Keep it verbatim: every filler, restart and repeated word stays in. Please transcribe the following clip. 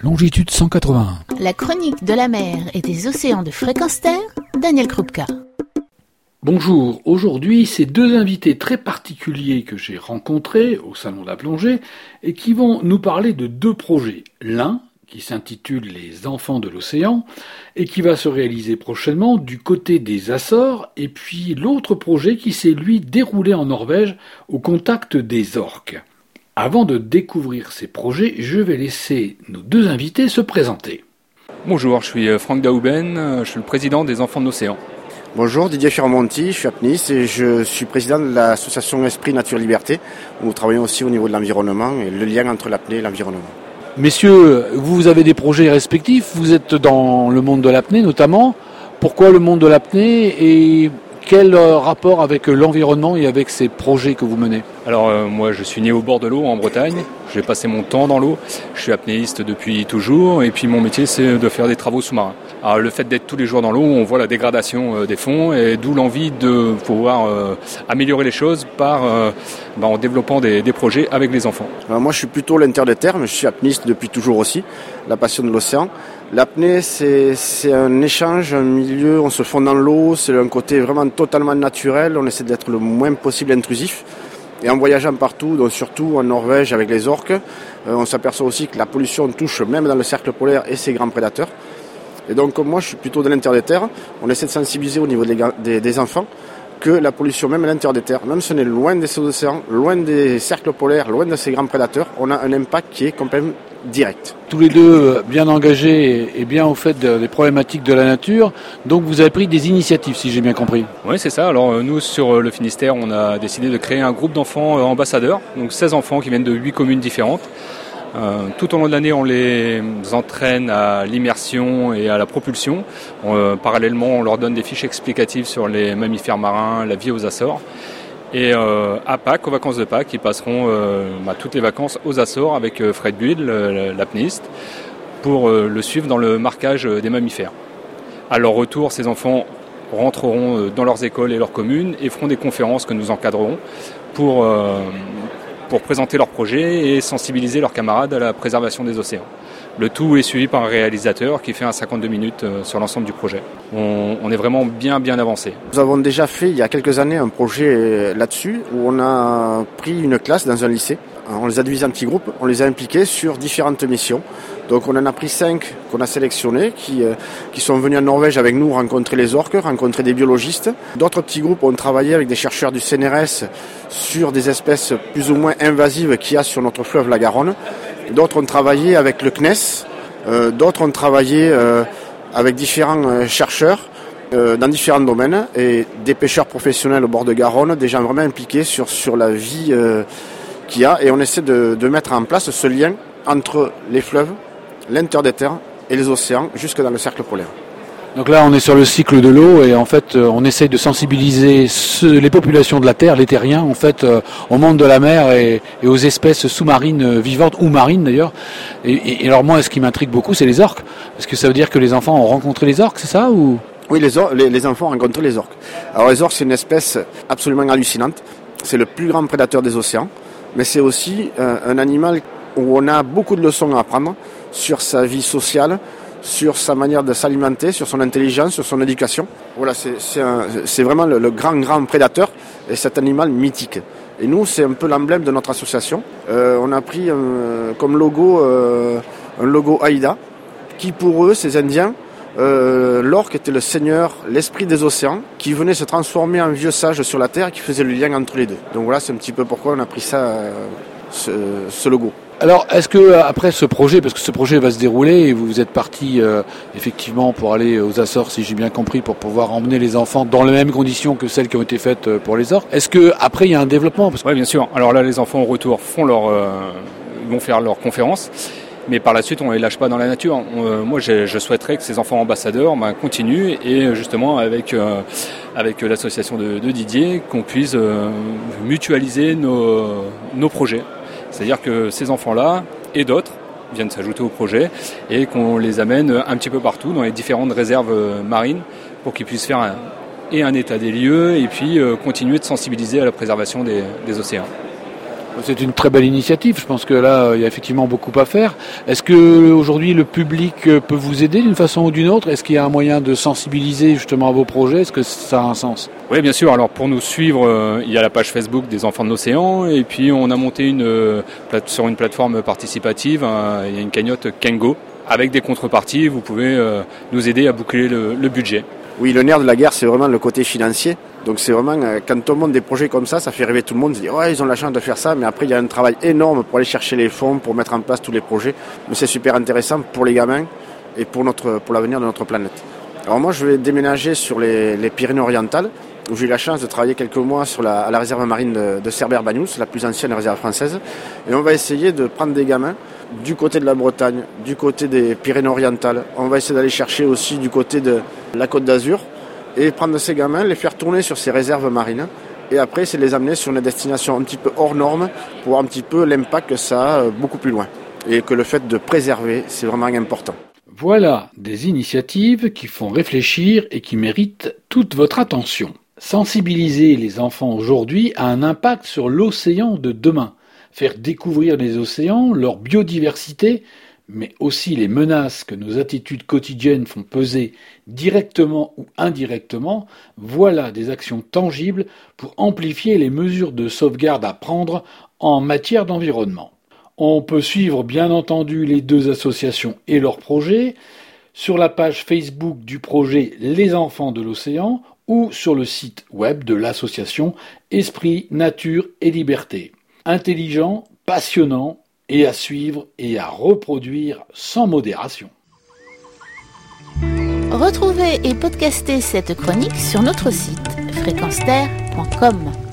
longitude cent quatre-vingt-un. La chronique de la mer et des océans de Fréquence Terre, Daniel Krupka. Bonjour, aujourd'hui c'est deux invités très particuliers que j'ai rencontrés au Salon de la Plongée et qui vont nous parler de deux projets. L'un qui s'intitule Les Enfants de l'Océan et qui va se réaliser prochainement du côté des Açores, et puis l'autre projet qui s'est lui déroulé en Norvège au contact des orques. Avant de découvrir ces projets, je vais laisser nos deux invités se présenter. Bonjour, je suis Franck Daouben, je suis le président des Enfants de l'Océan. Bonjour, Didier Firamonti, je suis apnéiste et je suis président de l'association Esprit Nature Liberté, où nous travaillons aussi au niveau de l'environnement et le lien entre l'apnée et l'environnement. Messieurs, vous avez des projets respectifs, vous êtes dans le monde de l'apnée notamment. Pourquoi le monde de l'apnée et quel rapport avec l'environnement et avec ces projets que vous menez ? Alors euh, moi je suis né au bord de l'eau en Bretagne, j'ai passé mon temps dans l'eau, je suis apnéiste depuis toujours et puis mon métier c'est de faire des travaux sous-marins. Alors le fait d'être tous les jours dans l'eau, on voit la dégradation euh, des fonds et d'où l'envie de pouvoir euh, améliorer les choses par, euh, bah, en développant des, des projets avec les enfants. Alors moi je suis plutôt l'intérieur des terres, mais je suis apnéiste depuis toujours aussi, la passion de l'océan. L'apnée c'est, c'est un échange, un milieu, on se fond dans l'eau, c'est un côté vraiment totalement naturel, on essaie d'être le moins possible intrusif. Et en voyageant partout, donc surtout en Norvège avec les orques, euh, on s'aperçoit aussi que la pollution touche même dans le cercle polaire et ses grands prédateurs. Et donc comme moi je suis plutôt de l'intérieur des terres, on essaie de sensibiliser au niveau des, des, des enfants que la pollution même à l'intérieur des terres, même si on est loin des océans, loin des cercles polaires, loin de ces grands prédateurs, on a un impact qui est complètement direct. Tous les deux bien engagés et bien au fait des problématiques de la nature, donc vous avez pris des initiatives si j'ai bien compris. Oui c'est ça, alors nous sur le Finistère on a décidé de créer un groupe d'enfants ambassadeurs, donc seize enfants qui viennent de huit communes différentes. Euh, tout au long de l'année, on les entraîne à l'immersion et à la propulsion. On, euh, parallèlement, on leur donne des fiches explicatives sur les mammifères marins, la vie aux Açores. Et euh, à Pâques, aux vacances de Pâques, ils passeront euh, bah, toutes les vacances aux Açores avec euh, Fred Buil, l'apnéiste, pour euh, le suivre dans le marquage des mammifères. À leur retour, ces enfants rentreront dans leurs écoles et leurs communes et feront des conférences que nous encadrerons pour... Euh, pour présenter leurs projets et sensibiliser leurs camarades à la préservation des océans. Le tout est suivi par un réalisateur qui fait un cinquante-deux minutes sur l'ensemble du projet. On, on est vraiment bien bien avancé. Nous avons déjà fait il y a quelques années un projet là-dessus où on a pris une classe dans un lycée. On les a divisés en petits groupes, on les a impliqués sur différentes missions. Donc on en a pris cinq qu'on a sélectionnés, qui, euh, qui sont venus en Norvège avec nous rencontrer les orques, rencontrer des biologistes. D'autres petits groupes ont travaillé avec des chercheurs du C N R S sur des espèces plus ou moins invasives qu'il y a sur notre fleuve la Garonne. D'autres ont travaillé avec le C N E S, euh, d'autres ont travaillé euh, avec différents euh, chercheurs euh, dans différents domaines et des pêcheurs professionnels au bord de Garonne, des gens vraiment impliqués sur, sur la vie euh, qu'il y a. Et on essaie de, de mettre en place ce lien entre les fleuves, l'intérieur des terres et les océans jusque dans le cercle polaire. Donc là on est sur le cycle de l'eau et en fait on essaye de sensibiliser ce, les populations de la Terre, les terriens en fait euh, au monde de la mer et, et aux espèces sous-marines vivantes ou marines d'ailleurs. Et, et, et alors moi ce qui m'intrigue beaucoup c'est les orques, parce que ça veut dire que les enfants ont rencontré les orques, c'est ça ou... Oui, les, or- les, les enfants ont rencontré les orques. Alors les orques c'est une espèce absolument hallucinante, c'est le plus grand prédateur des océans, mais c'est aussi euh, un animal où on a beaucoup de leçons à apprendre sur sa vie sociale, sur sa manière de s'alimenter, sur son intelligence, sur son éducation. Voilà, c'est, c'est, un, c'est vraiment le, le grand, grand prédateur et cet animal mythique. Et nous, c'est un peu l'emblème de notre association. Euh, on a pris un, comme logo euh, un logo Aïda, qui pour eux, ces Indiens, euh, l'orque était le seigneur, l'esprit des océans, qui venait se transformer en vieux sage sur la terre et qui faisait le lien entre les deux. Donc voilà, c'est un petit peu pourquoi on a pris ça, euh, ce, ce logo. Alors, est-ce que après ce projet, parce que ce projet va se dérouler et vous êtes parti euh, effectivement pour aller aux Açores, si j'ai bien compris, pour pouvoir emmener les enfants dans les mêmes conditions que celles qui ont été faites pour les orques. Est-ce que après il y a un développement ? Oui, bien sûr. Alors là, les enfants au retour font leur, euh, vont faire leur conférence, mais par la suite, on les lâche pas dans la nature. On, euh, moi, je, je souhaiterais que ces enfants ambassadeurs ben, continuent et justement avec euh, avec l'association de, de Didier, qu'on puisse euh, mutualiser nos nos projets. C'est-à-dire que ces enfants-là et d'autres viennent s'ajouter au projet et qu'on les amène un petit peu partout dans les différentes réserves marines pour qu'ils puissent faire un, et un état des lieux et puis euh, continuer de sensibiliser à la préservation des, des océans. C'est une très belle initiative. Je pense que là, il y a effectivement beaucoup à faire. Est-ce que aujourd'hui le public peut vous aider d'une façon ou d'une autre? Est-ce qu'il y a un moyen de sensibiliser justement à vos projets? Est-ce que ça a un sens? Oui, bien sûr. Alors pour nous suivre, euh, il y a la page Facebook des enfants de l'océan et puis on a monté une euh, plate- sur une plateforme participative, hein, il y a une cagnotte Kengo. Avec des contreparties, vous pouvez euh, nous aider à boucler le, le budget. Oui, le nerf de la guerre, c'est vraiment le côté financier. Donc c'est vraiment, euh, quand on monte des projets comme ça, ça fait rêver tout le monde. Se dire, ouais, ils ont la chance de faire ça, mais après, il y a un travail énorme pour aller chercher les fonds, pour mettre en place tous les projets. Mais c'est super intéressant pour les gamins et pour, notre, pour l'avenir de notre planète. Alors moi, je vais déménager sur les, les Pyrénées-Orientales, où j'ai eu la chance de travailler quelques mois sur la, à la réserve marine de, de Cerbère-Bagnous, la plus ancienne réserve française. Et on va essayer de prendre des gamins du côté de la Bretagne, du côté des Pyrénées-Orientales. On va essayer d'aller chercher aussi du côté de la Côte d'Azur et prendre ces gamins, les faire tourner sur ces réserves marines. Et après, c'est les amener sur une destination un petit peu hors norme pour voir un petit peu l'impact que ça a beaucoup plus loin. Et que le fait de préserver, c'est vraiment important. Voilà des initiatives qui font réfléchir et qui méritent toute votre attention. Sensibiliser les enfants aujourd'hui a un impact sur l'océan de demain. Faire découvrir les océans, leur biodiversité, mais aussi les menaces que nos attitudes quotidiennes font peser directement ou indirectement, voilà des actions tangibles pour amplifier les mesures de sauvegarde à prendre en matière d'environnement. On peut suivre bien entendu les deux associations et leurs projets sur la page Facebook du projet Les Enfants de l'Océan ou sur le site web de l'association Esprit, Nature et Liberté. Intelligent, passionnant et à suivre et à reproduire sans modération. Retrouvez et podcastez cette chronique sur notre site fréquence terre point com.